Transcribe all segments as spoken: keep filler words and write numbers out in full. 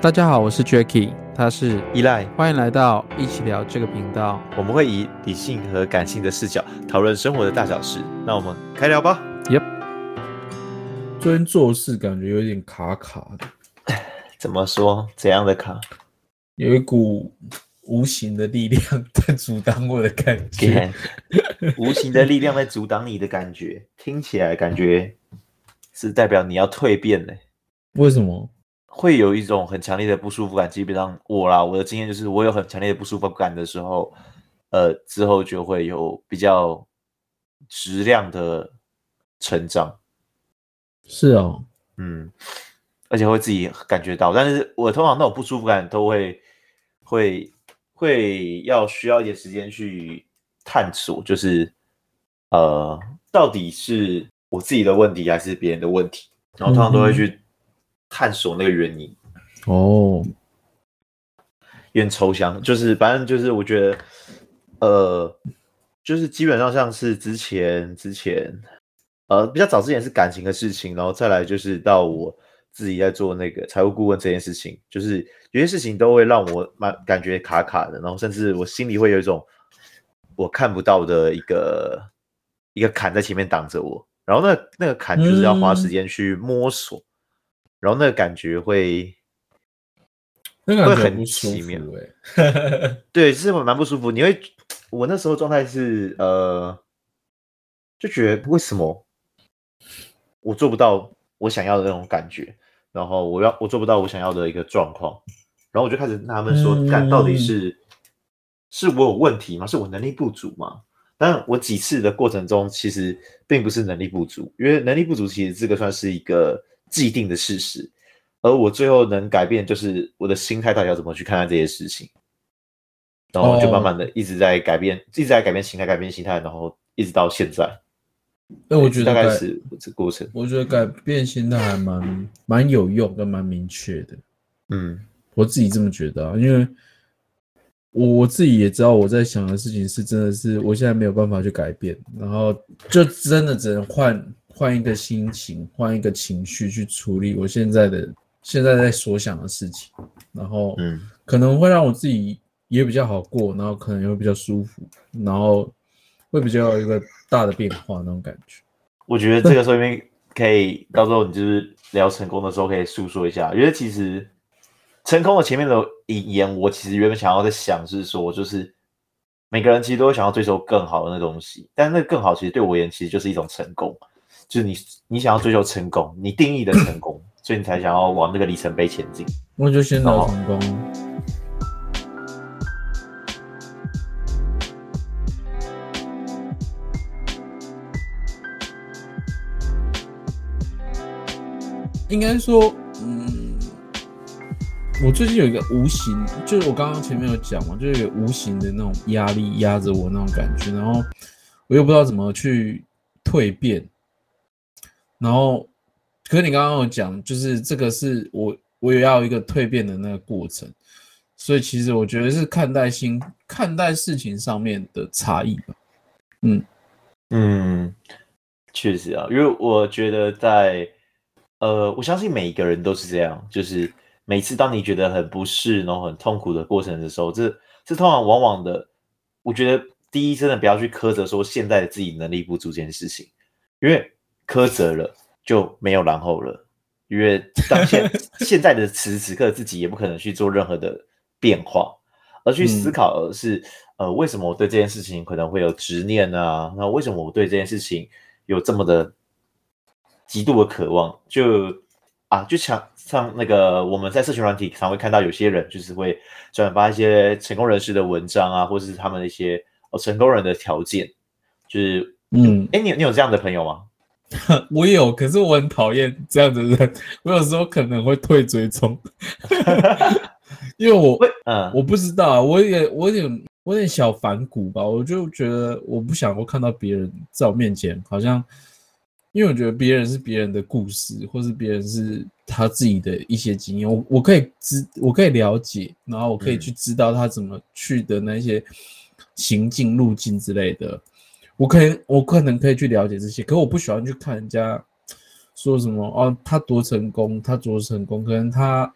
大家好，我是 Jacky， 他是依赖， 欢迎来到一起聊这个频道。 我们会以理性和感性的视角讨论生活的大小事。那我们开聊吧。 Yep， 最近做事感觉有点卡卡的。 怎么说？怎样的卡？ 有一股无形的力量在阻挡我的感觉。 无形的力量在阻挡你的感觉，听起来感觉是代表你要蜕变嘞。 为什么？ 会有一种很强烈的不舒服感。基本上我啦，我的经验就是，我有很强烈的不舒服感的时候，呃，之后就会有比较质量的成长。 是哦， 嗯，而且会自己感觉到。但是我通常那种不舒服感都会会会要需要一点时间去探索，就是呃，到底是我自己的问题还是别人的问题，然后通常都会去探索那个原因。 哦， 有点抽象，就是反正就是我觉得，呃，就是基本上像是之前之前，呃，比较早之前是感情的事情，然后再来就是到我自己在做那个财务顾问这件事情，就是有些事情都会让我蛮感觉卡卡的，然后甚至我心里会有一种我看不到的一个一个坎在前面挡着我，然后那那个坎就是要花时间去摸索，嗯、然后那个感觉会。 那个会很奇妙，欸、对，是蛮不舒服。你会，我那时候状态是，呃，就觉得为什么我做不到我想要的那种感觉，然后我要我做不到我想要的一个状况，然后我就开始纳闷说，干、嗯、到底是是我有问题吗？是我能力不足吗？但我几次的过程中，其实并不是能力不足，因为能力不足其实这个算是一个既定的事实。而我最后能改变，就是我的心态到底要怎么去看待这些事情，然后就慢慢的一直在改变， oh. 一直在改变心态，改变心态，然后一直到现在。 那我觉得大概是这个过程。 我觉得改变心态还蛮蛮有用跟蛮明确的。 嗯， 我自己这么觉得啊，因为我我自己也知道我在想的事情是真的是我现在没有办法去改变，然后就真的只能换换一个心情，换一个情绪去处理我现在的。现在在所想的事情，然后可能会让我自己也比较好过，然后可能也会比较舒服，然后会比较有一个大的变化那种感觉。 我觉得这个说明可以到时候你就是聊成功的时候可以诉说一下，因为其实成功的前面的引言，我其实原本想要在想是说，就是每个人其实都会想要追求更好的那东西，但那个更好其实对我而言其实就是一种成功，就是你你想要追求成功，你定义的成功。所以你才想要往那个里程碑前进。 我就先聊成功。应该说，嗯，我最近有一个无形，就是我刚刚前面有讲嘛，就是有无形的那种压力压着我那种感觉，然后我又不知道怎么去蜕变，然后。可是你刚刚有讲，就是这个是我我也要一个蜕变的那个过程，所以其实我觉得是看待心看待事情上面的差异吧。嗯嗯，确实啊，因为我觉得在呃，我相信每一个人都是这样，就是每次当你觉得很不适，然后很痛苦的过程的时候，这这通常往往的，我觉得第一真的不要去苛责说现在的自己能力不足这件事情，因为苛责了。就没有然后了，因为当现现在的此时此刻自己也不可能去做任何的变化，而去思考的是、嗯、呃为什么我对这件事情可能会有执念啊？那为什么我对这件事情有这么的极度的渴望？就啊，就像像那个我们在社群软体常会看到有些人就是会转发一些成功人士的文章啊，或者是他们的一些、哦、成功人的条件，就是嗯，哎，你你有这样的朋友吗？ 我有，可是我很讨厌这样的人，我有时候可能会退追踪，因为我、嗯、我不知道，我也我有点我有点小反骨吧，我就觉得我不想我看到别人在我面前，好像因为我觉得别人是别人的故事，或是别人是他自己的一些经验，我我可以知我可以了解，然后我可以去知道他怎么去的那些行径路径之类的。我可能我可能可以去了解这些，可我不喜欢去看人家说什么哦，他多成功，他多成功，可能他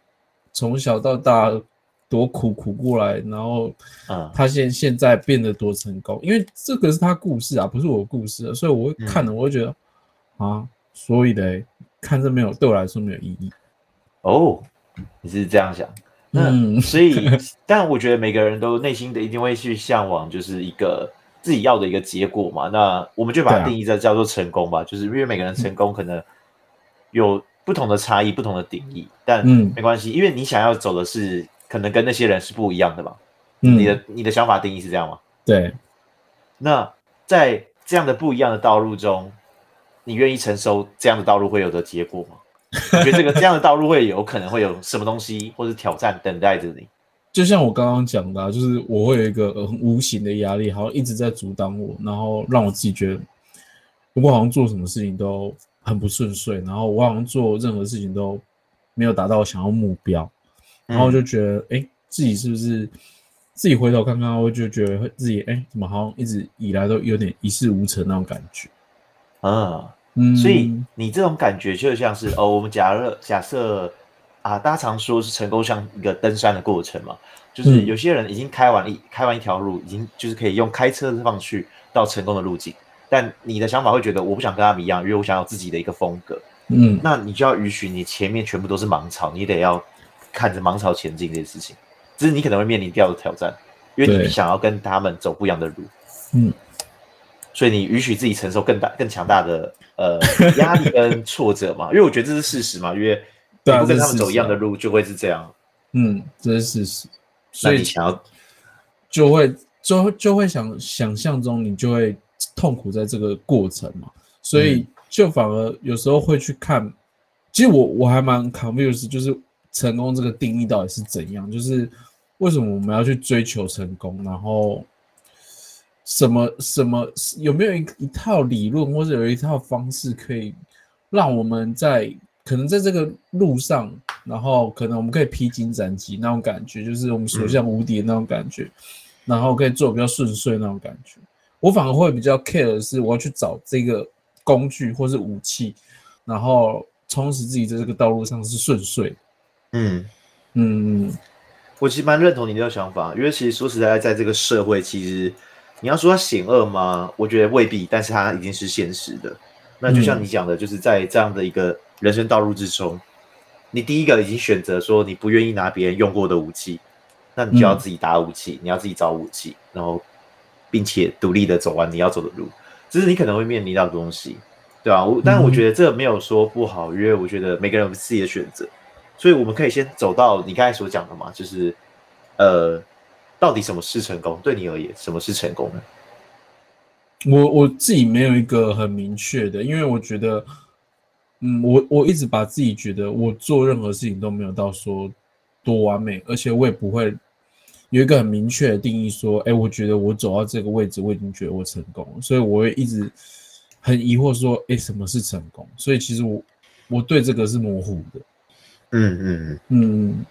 从小到大多苦苦过来，然后他现现在变得多成功，因为这个是他故事啊，不是我的故事、啊，所以我会看了，我会觉得、嗯、啊，所以嘞，看这没有对我来说没有意义。 哦，你是这样想，那、嗯、所以，但我觉得每个人都内心的一定会去向往，就是一个自己要的一个结果嘛。那我们就把它定义在叫做成功吧，啊、就是因为每个人成功可能有不同的差异、不同的定义，但没关系，因为你想要走的是。可能跟那些人是不一样的嘛，嗯、你的你的想法定义是这样吗？ 对。 那在这样的不一样的道路中，你愿意承受这样的道路会有的结果吗？你觉得这个这样的道路会有可能会有什么东西或是挑战等待着你？ 就像我刚刚讲的、啊，就是我会有一个很无形的压力，好像一直在阻挡我，然后让我自己觉得，我好像做什么事情都很不顺遂，然后我好像做任何事情都没有达到我想要目标。然后就觉得，哎、欸，自己是不是自己回头看看，我就觉得自己，哎、欸，怎么好像一直以来都有点一事无成那种感觉。 啊，嗯，所以你这种感觉就像是哦，我们假设假设啊，大家常说是成功像一个登山的过程嘛，就是有些人已经开完一、嗯、开完一条路，已经就是可以用开车的方式去到成功的路径，但你的想法会觉得我不想跟他们一样，因为我想要自己的一个风格。嗯，那你就要允许你前面全部都是芒草，你得要。看着芒草前进这件事情，只是你可能会面临掉的挑战，因为你想要跟他们走不一样的路，嗯，所以你允许自己承受更大、更强大的呃压力跟挫折嘛，因为我觉得这是事实嘛，因为你不跟他们走一样的路，就会是这样， 嗯，这是事实， 所以你想要就会就就会想想象中你就会痛苦在这个过程嘛，所以就反而有时候会去看，其实我我还蛮 confused， 就是。成功这个定义到底是怎样？就是为什么我们要去追求成功？然后什么什么有没有 一, 一套理论或者有一套方式可以让我们在可能在这个路上，然后可能我们可以披荆斩棘那种感觉，就是我们所向无敌的那种感觉，嗯、然后可以做得比较顺遂那种感觉。我反而会比较 care 的是，我要去找这个工具或是武器，然后充实自己在这个道路上是顺遂的。 嗯嗯， 我其实蛮认同你这个想法，因为其实说实在，在这个社会，其实你要说它险恶吗？我觉得未必，但是它已经是现实的。那就像你讲的，就是在这样的一个人生道路之中，你第一个已经选择说你不愿意拿别人用过的武器，那你就要自己打武器，嗯、你要自己找武器，然后并且独立的走完你要走的路，这是你可能会面临到的东西，对吧？我但是我觉得这没有说不好，因为我觉得每个人有自己的选择。所以我们可以先走到你刚才所讲的嘛，就是呃，到底什么是成功？对你而言，什么是成功呢？ 我我自己没有一个很明确的，因为我觉得，嗯，我我一直把自己觉得我做任何事情都没有到说多完美，而且我也不会有一个很明确的定义说，哎，我觉得我走到这个位置，我已经觉得我成功了，所以我会一直很疑惑说，哎，什么是成功？所以其实我我对这个是模糊的。 嗯嗯嗯，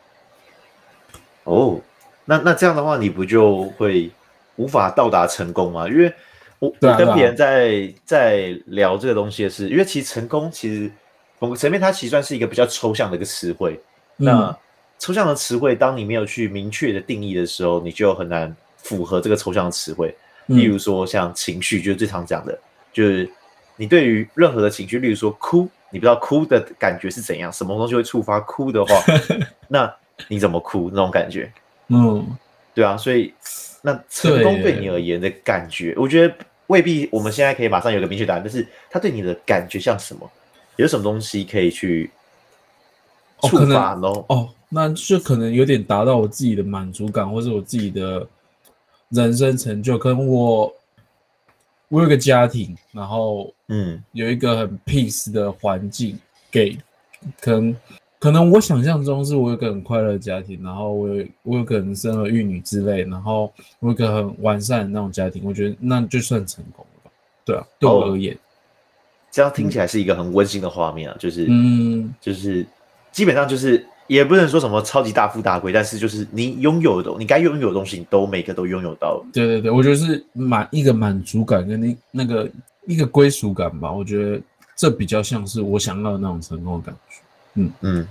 哦，那那这样的话，你不就会无法到达成功吗？因为我、啊、我跟别人在在聊这个东西的是，因为其实成功其实某个层面它其实算是一个比较抽象的一个词汇。嗯、那抽象的词汇，当你没有去明确的定义的时候，你就很难符合这个抽象的词汇。嗯、例如说像情绪，就是最常讲的，就是你对于任何的情绪，例如说哭。你不知道哭的感觉是怎样，什么东西会触发哭的话，那你怎么哭那种感觉？ 嗯， 对啊，所以那成功对你而言的感觉，我觉得未必我们现在可以马上有个明确答案，但是它对你的感觉像什么？有什么东西可以去触发呢？ 哦, 哦，那就可能有点达到我自己的满足感，或是我自己的人生成就。可能我我有个家庭，然后嗯，有一个很 peace 的环境给，可能可能我想象中是我有一个很快乐的家庭，然后我有我有可能生儿育女之类，然后我有一个很完善的那种家庭，我觉得那就算成功了吧？对啊，对我而言，哦、 这样听起来是一个很温馨的画面啊，就是嗯，就是基本上就是。也不能说什么超级大富大贵，但是就是你拥有的，你该拥有的东西，你都每个都拥有到了。 对对对，我觉得是满一个满足感跟那那个一个归属感吧。我觉得这比较像是我想要的那种成功的感觉。嗯嗯，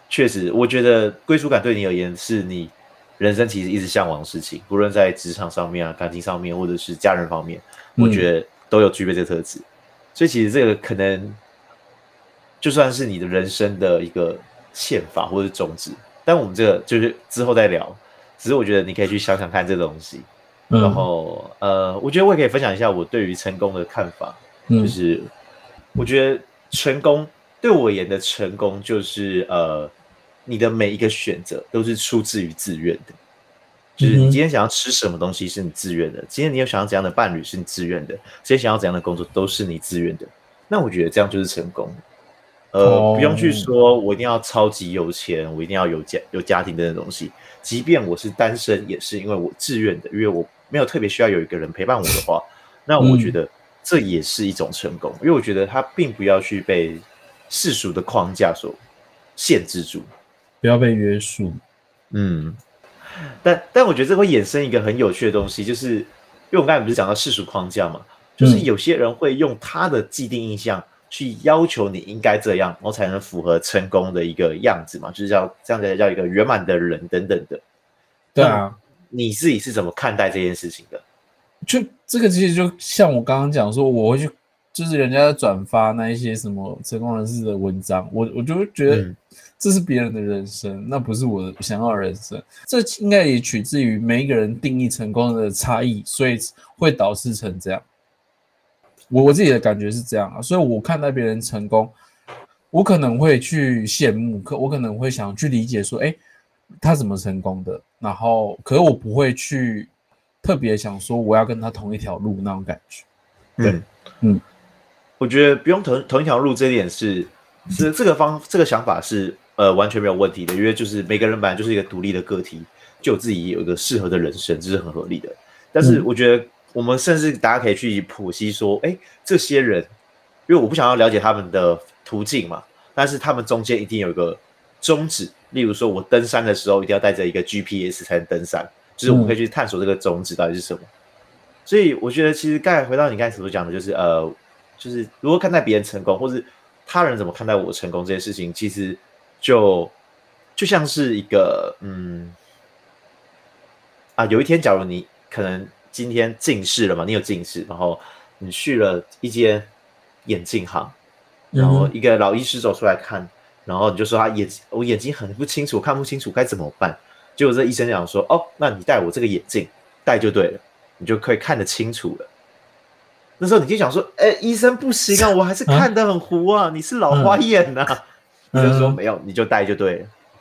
确实，我觉得归属感对你而言是你人生其实一直向往的事情，不论在职场上面啊、感情上面，或者是家人方面，我觉得都有具备这个特质。嗯、所以其实这个可能就算是你的人生的一个宪法或者是宗旨，但我们这个就是之后再聊。只是我觉得你可以去想想看这个东西。嗯、然后呃，我觉得我也可以分享一下我对于成功的看法，嗯、就是我觉得成功对我而言的成功就是呃。你的每一个选择都是出自于自愿的，就是你今天想要吃什么东西是你自愿的，今天你有想要怎样的伴侣是你自愿的，今天想要怎样的工作都是你自愿的。那我觉得这样就是成功，呃，哦、不用去说我一定要超级有钱，我一定要有家有家庭等等东西。即便我是单身，也是因为我自愿的，因为我没有特别需要有一个人陪伴我的话，那我觉得这也是一种成功，因为我觉得它并不要去被世俗的框架所限制住。 不要被约束， 嗯，但但我觉得这会衍生一个很有趣的东西，就是因为我们刚才不是讲到世俗框架嘛，就是有些人会用他的既定印象去要求你应该这样，然后才能符合成功的一个样子嘛，就是叫这样才叫一个圆满的人等等的。 对啊， 你自己是怎么看待这件事情的？ 就这个其实就像我刚刚讲说，我会去就是人家转发那一些什么成功人士的文章，我我就会觉得。嗯，这是别人的人生，那不是我的想要的人生。这应该也取自于每一个人定义成功的差异，所以会导致成这样。我我自己的感觉是这样啊，所以我看待别人成功，我可能会去羡慕，可我可能会想去理解说，哎，他怎么成功的？然后，可是我不会去特别想说我要跟他同一条路那种感觉。对，嗯， 嗯我觉得不用同同一条路，这一点是是这个方这个想法是。呃，完全没有问题的，因为就是每个人本来就是一个独立的个体，就有自己有一个适合的人生，这是很合理的。但是我觉得我们甚至大家可以去剖析说，哎，这些人，因为我不想要了解他们的途径嘛，但是他们中间一定有一个宗旨，例如说我登山的时候一定要带着一个 G P S 才能登山，就是我们可以去探索这个宗旨到底是什么。所以我觉得其实刚才回到你刚才所讲的，就是呃，就是如何看待别人成功，或是他人怎么看待我成功这件事情，其实。就就像是一个嗯啊，有一天，假如你可能今天近视了嘛，你有近视，然后你去了一间眼镜行，然后一个老医师走出来看，然后你就说他眼我眼睛很不清楚，看不清楚该怎么办？结果这医生讲说，哦，那你戴我这个眼镜戴就对了，你就可以看得清楚了。那时候你就想说，哎，医生不行啊，我还是看得很糊啊，你是老花眼呐、啊。医生说没有，你就戴就对了。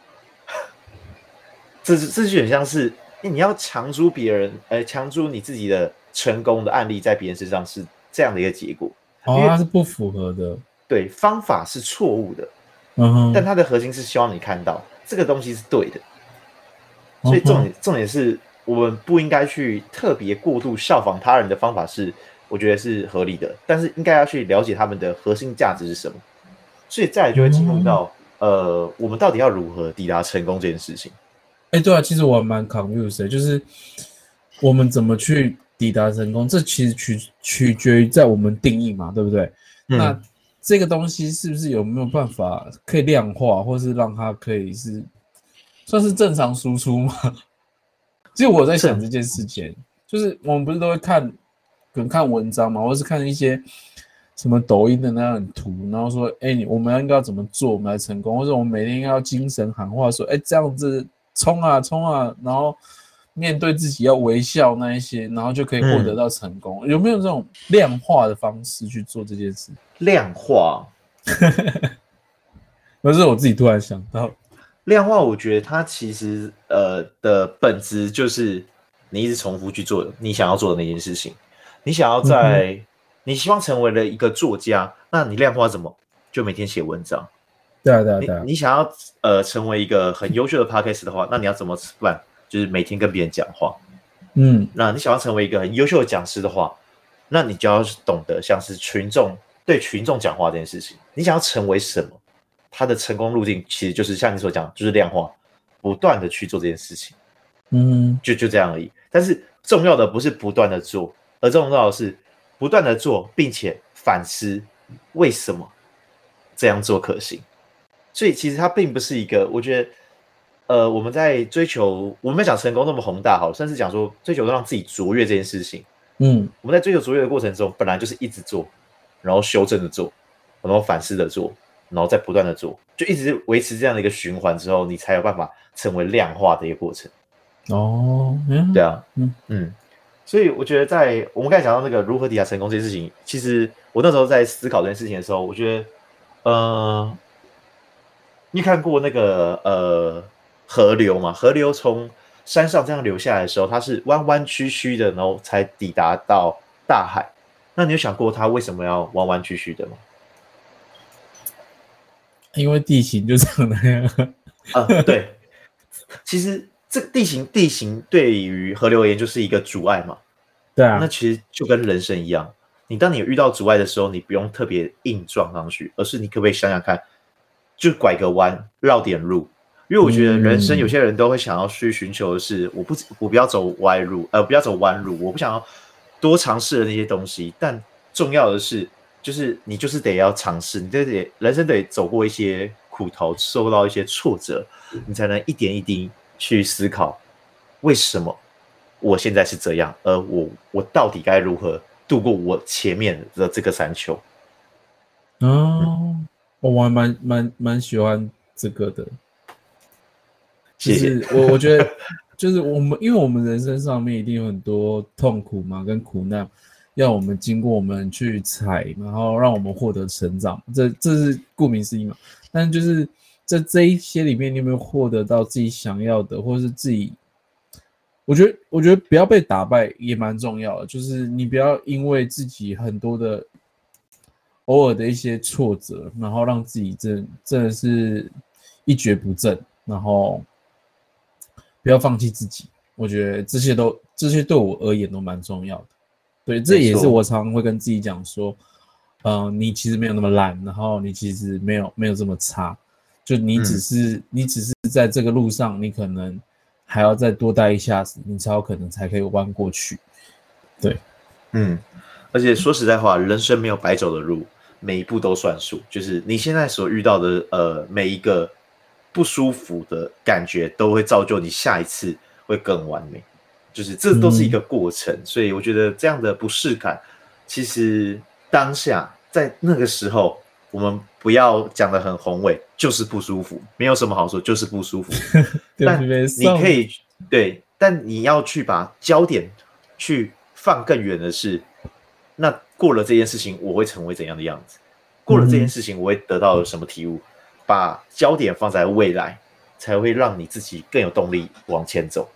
这这就很像是你要强租别人，呃，强租你自己的成功的案例在别人身上是这样的一个结果。 哦，它是不符合的。 对，方法是错误的， 嗯哼， 但它的核心是希望你看到这个东西是对的。所以重点、嗯、重点是我们不应该去特别过度效仿他人的方法是，我觉得是合理的，但是应该要去了解他们的核心价值是什么。所以再来就会进入到、嗯、呃，我们到底要如何抵达成功这件事情？ 哎，对啊，其实我蛮 confused 的，就是我们怎么去抵达成功，这其实取取决于在我们定义嘛，对不对？嗯、那这个东西是不是有没有办法可以量化，或是让它可以是算是正常输出吗？其实我在想这件事情，就是我们不是都会看，可能看文章嘛，或是看一些。什么抖音的那样的图，然后说，哎、欸，我们应该要怎么做，我们来成功，或者我们每天应该要精神喊话，说，哎、欸，这样子冲啊冲啊，然后面对自己要微笑那一些，然后就可以获得到成功。嗯、有没有这种量化的方式去做这件事？ 量化， 那是我自己突然想到， 量化，我觉得它其实呃的本质就是你一直重复去做你想要做的那件事情，你想要在。嗯你希望成为了一个作家，那你量化怎么？就每天写文章。 对啊，对啊，对啊。 你, 你想要呃成为一个很优秀的 podcast 的话，那你要怎么办？就是每天跟别人讲话。 嗯， 那你想要成为一个很优秀的讲师的话，那你就要懂得像是群众对群众讲话这件事情。你想要成为什么？他的成功路径其实就是像你所讲，就是量化，不断的去做这件事情。 嗯， 就就这样而已。但是重要的不是不断的做，而重要的是。不断的做，并且反思为什么这样做可行。 所以其实它并不是一个，我觉得，呃，我们在追求，我们没讲成功那么宏大好，甚至讲说追求让自己卓越这件事情， 嗯， 我们在追求卓越的过程中，本来就是一直做，然后修正的做，然后反思的做，然后再不断的做，就一直维持这样的一个循环之后，你才有办法成为量化的一个过程。 哦，嗯、 对啊， 嗯嗯，所以我觉得在我们刚才讲到那个如何抵达成功这件事情，其实我那时候在思考这件事情的时候，我觉得，呃，你看过那个呃河流吗？河流从山上这样流下来的时候，它是弯弯曲曲的，然后才抵达到大海。那你有想过它为什么要弯弯曲曲的吗？ 因为地形就长那样。 啊、呃，对，其实这个地形地形对于河流而言就是一个阻碍嘛。 对啊， 那其实就跟人生一样，你当你遇到阻碍的时候，你不用特别硬撞上去，而是你可不可以想想看，就拐个弯，绕点路。因为我觉得人生有些人都会想要去寻求的是，我不我不要走歪路，呃，不要走弯路，我不想要多尝试的那些东西。但重要的是，就是你就是得要尝试，你得人生得走过一些苦头，受到一些挫折，你才能一点一滴去思考为什么我现在是这样，而我我到底该如何度过我前面的这个山丘？ 哦，我还蛮蛮蛮喜欢这个的。就是我我觉得，就是我们因为我们人生上面一定有很多痛苦嘛，跟苦难，要我们经过我们去踩，然后让我们获得成长，这这是顾名思义嘛。但就是在这一些里面，你有没有获得到自己想要的，或是自己？我觉得，我觉得不要被打败也蛮重要的，就是你不要因为自己很多的偶尔的一些挫折，然后让自己真真的是一蹶不振，然后不要放弃自己。我觉得这些都这些对我而言都蛮重要的。对，这也是我常常会跟自己讲说，呃，你其实没有那么烂，然后你其实没有没有这么差，就你只是、嗯、你只是在这个路上，你可能还要再多待一下子，你才有可能才可以弯过去。对， 嗯，而且说实在话，人生没有白走的路，每一步都算数。就是你现在所遇到的呃每一个不舒服的感觉，都会造就你下一次会更完美。就是这都是一个过程，嗯、所以我觉得这样的不适感，其实当下在那个时候，我们不要讲得很宏伟，就是不舒服，没有什么好说，就是不舒服。但你可以对，但你要去把焦点去放更远的是，那过了这件事情，我会成为怎样的样子？过了这件事情，我会得到什么体悟？把焦点放在未来，才会让你自己更有动力往前走。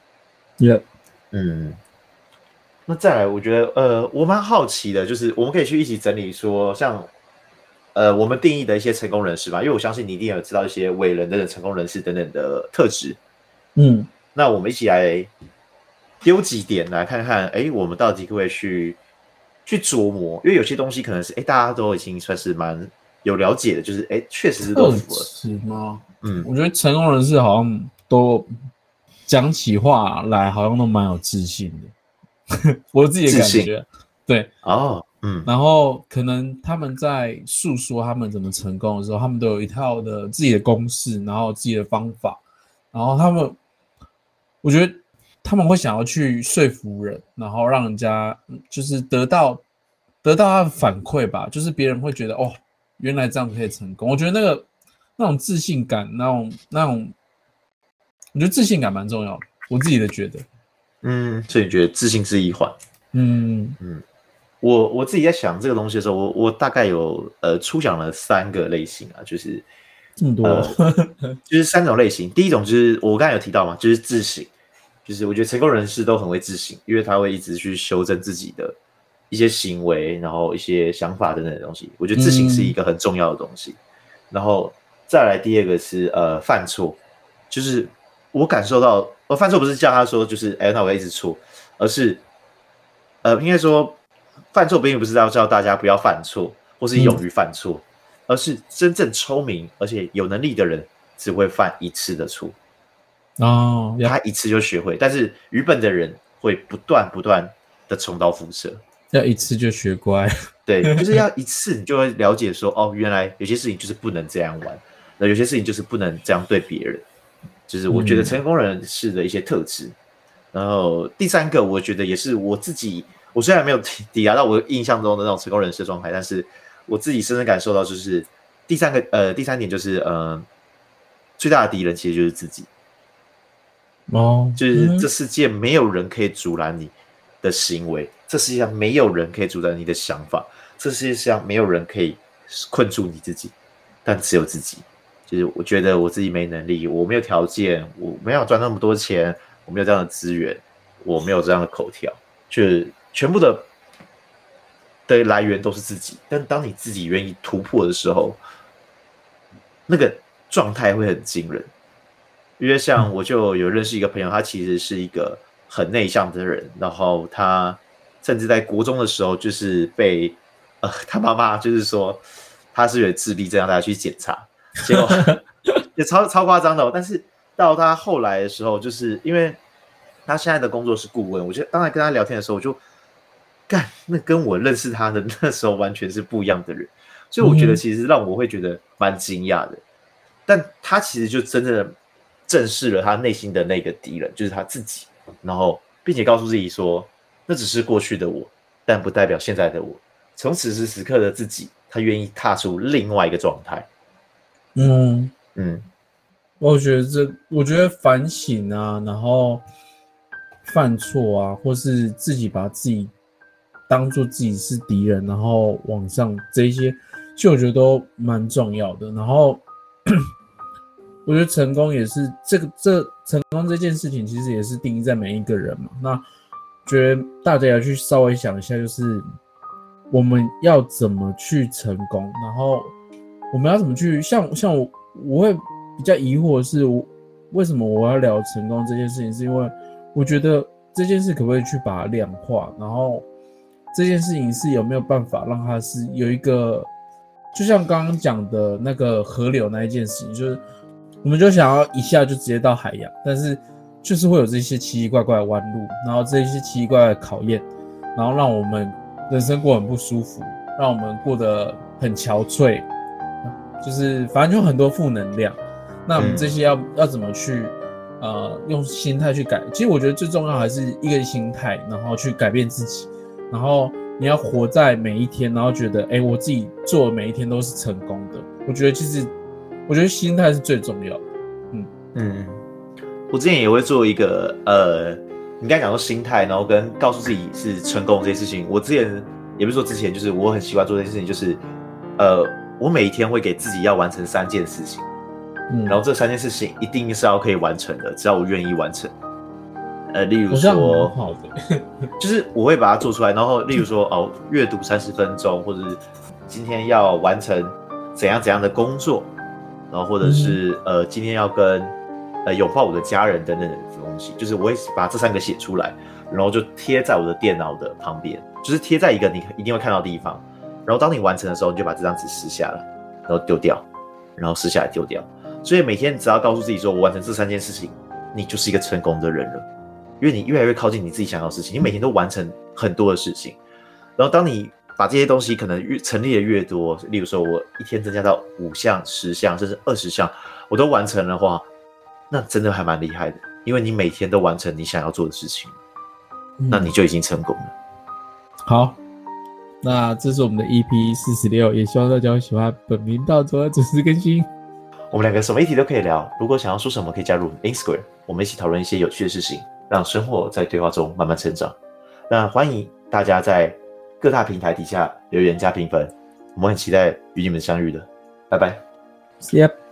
Yeah. 嗯，那再来，我觉得，呃，我蛮好奇的，就是我们可以去一起整理说，像，呃，我们定义的一些成功人士吧，因为我相信你一定有知道一些伟人等等成功人士等等的特质。 嗯， 那我们一起来丢几点来看看，哎，我们到底可不可以去去琢磨？因为有些东西可能是，哎，大家都已经算是蛮有了解的，就是，哎，确实是都符合。 特质吗？ 嗯， 我觉得成功人士好像都。讲起话来好像都蛮有自信的，我自己的感觉，对哦，嗯， 然后可能他们在诉说他们怎么成功的时候，他们都有一套的自己的公式，然后自己的方法，然后他们，我觉得他们会想要去说服人，然后让人家就是得到得到他的反馈吧，就是别人会觉得哦，原来这样可以成功。我觉得那个那种自信感，那种那种。我觉得自信感蛮重要的，我自己的觉得。 嗯，所以你觉得自信是一环？ 嗯嗯，我我自己在想这个东西的时候，我我大概有呃初想了三个类型啊，就是这么多、 呃，就是三种类型。第一种就是我刚才有提到嘛，就是自省，就是我觉得成功人士都很会自省，因为他会一直去修正自己的一些行为，然后一些想法等等的东西。我觉得自省是一个很重要的东西。嗯、然后再来第二个是呃犯错，就是。我感受到，我犯错不是叫他说就是，哎，那我要一直错，而是，呃，应该说，犯错并不是要叫大家不要犯错，或是勇于犯错，嗯、而是真正聪明而且有能力的人只会犯一次的错， 哦， 他一次就学会，但是愚笨的人会不断不断的重蹈覆辙， 要一次就学乖， 对，就是要一次你就会了解说，哦，原来有些事情就是不能这样玩。 那有些事情就是不能这样对别人，就是我觉得成功人士的一些特质。嗯、然后第三个，我觉得也是我自己，我虽然没有抵达到我印象中的那种成功人士的状态，但是我自己深深感受到，就是第三个呃第三点就是呃最大的敌人其实就是自己。 哦， 就是这世界没有人可以阻拦你的行为，这世界上没有人可以阻拦你的想法，这世界上没有人可以困住你自己，但只有自己。就是我觉得我自己没能力，我没有条件，我没有赚那么多钱，我没有这样的资源，我没有这样的口条，就是全部的的来源都是自己。但当你自己愿意突破的时候，那个状态会很惊人。因为像我就有认识一个朋友，他其实是一个很内向的人，然后他甚至在国中的时候就是被呃他妈妈就是说他是有智力症，让大家去检查，结果也超超夸张的、哦。但是到他后来的时候，就是因为他现在的工作是顾问，我觉得当然跟他聊天的时候，我就干那跟我认识他的那时候完全是不一样的人，所以我觉得其实让我会觉得蛮惊讶的。但他其实就真的正视了他内心的那个敌人，就是他自己，然后并且告诉自己说，那只是过去的我，但不代表现在的我。从此时此刻的自己，他愿意踏出另外一个状态。 嗯嗯， 我觉得这，我觉得反省啊，然后犯错啊，或是自己把自己当做自己是敌人，然后往上这一些，其实我觉得都蛮重要的。然后我觉得成功也是这个这成功这件事情，其实也是定义在每一个人嘛。那觉得大家要去稍微想一下，就是我们要怎么去成功，然后我们要怎么去像像我我会比较疑惑的是，我为什么我要聊成功这件事情，是因为我觉得这件事可不可以去把它量化，然后这件事情是有没有办法让它是有一个，就像刚刚讲的那个河流那一件事情，就是我们就想要一下就直接到海洋，但是就是会有这些奇奇怪怪的弯路，然后这些奇奇怪怪的考验，然后让我们人生过得很不舒服，让我们过得很憔悴，就是反正就很多负能量。那我们这些要、嗯、要怎么去呃用心态去改？其实我觉得最重要还是一个心态，然后去改变自己，然后你要活在每一天，然后觉得哎、欸，我自己做的每一天都是成功的。我觉得其实我觉得心态是最重要的。嗯嗯，我之前也会做一个呃，你刚才讲说心态，然后跟告诉自己是成功这件事情。我之前也不是说之前，就是我很习惯做这件事情，就是呃，我每一天会给自己要完成三件事情，嗯，然后这三件事情一定是要可以完成的，只要我愿意完成。呃，例如说， 好的， 就是我会把它做出来，然后例如说哦，阅读三十分钟，或者是今天要完成怎样怎样的工作，然后或者是、嗯、呃今天要跟呃拥抱我的家人等等的东西，就是我会把这三个写出来，然后就贴在我的电脑的旁边，就是贴在一个你一定会看到的地方。然后当你完成的时候，你就把这张纸撕下来，然后丢掉，然后撕下来丢掉。所以每天只要告诉自己说，我完成这三件事情，你就是一个成功的人了。因为你越来越靠近你自己想要的事情，你每天都完成很多的事情。然后当你把这些东西可能越成立的越多，例如说我一天增加到五项、十项，甚至二十项，我都完成的话，那真的还蛮厉害的。因为你每天都完成你想要做的事情，嗯、那你就已经成功了。 好，那这是我们的 E P 四十六，也希望大家会喜欢本频道都会准时更新。 我们两个什么议题都可以聊，如果想要说什么，可以加入 Instagram， 我们一起讨论一些有趣的事情，让生活在对话中慢慢成长。那欢迎大家在各大平台底下留言加评分，我们很期待与你们相遇的，拜拜。 Yep。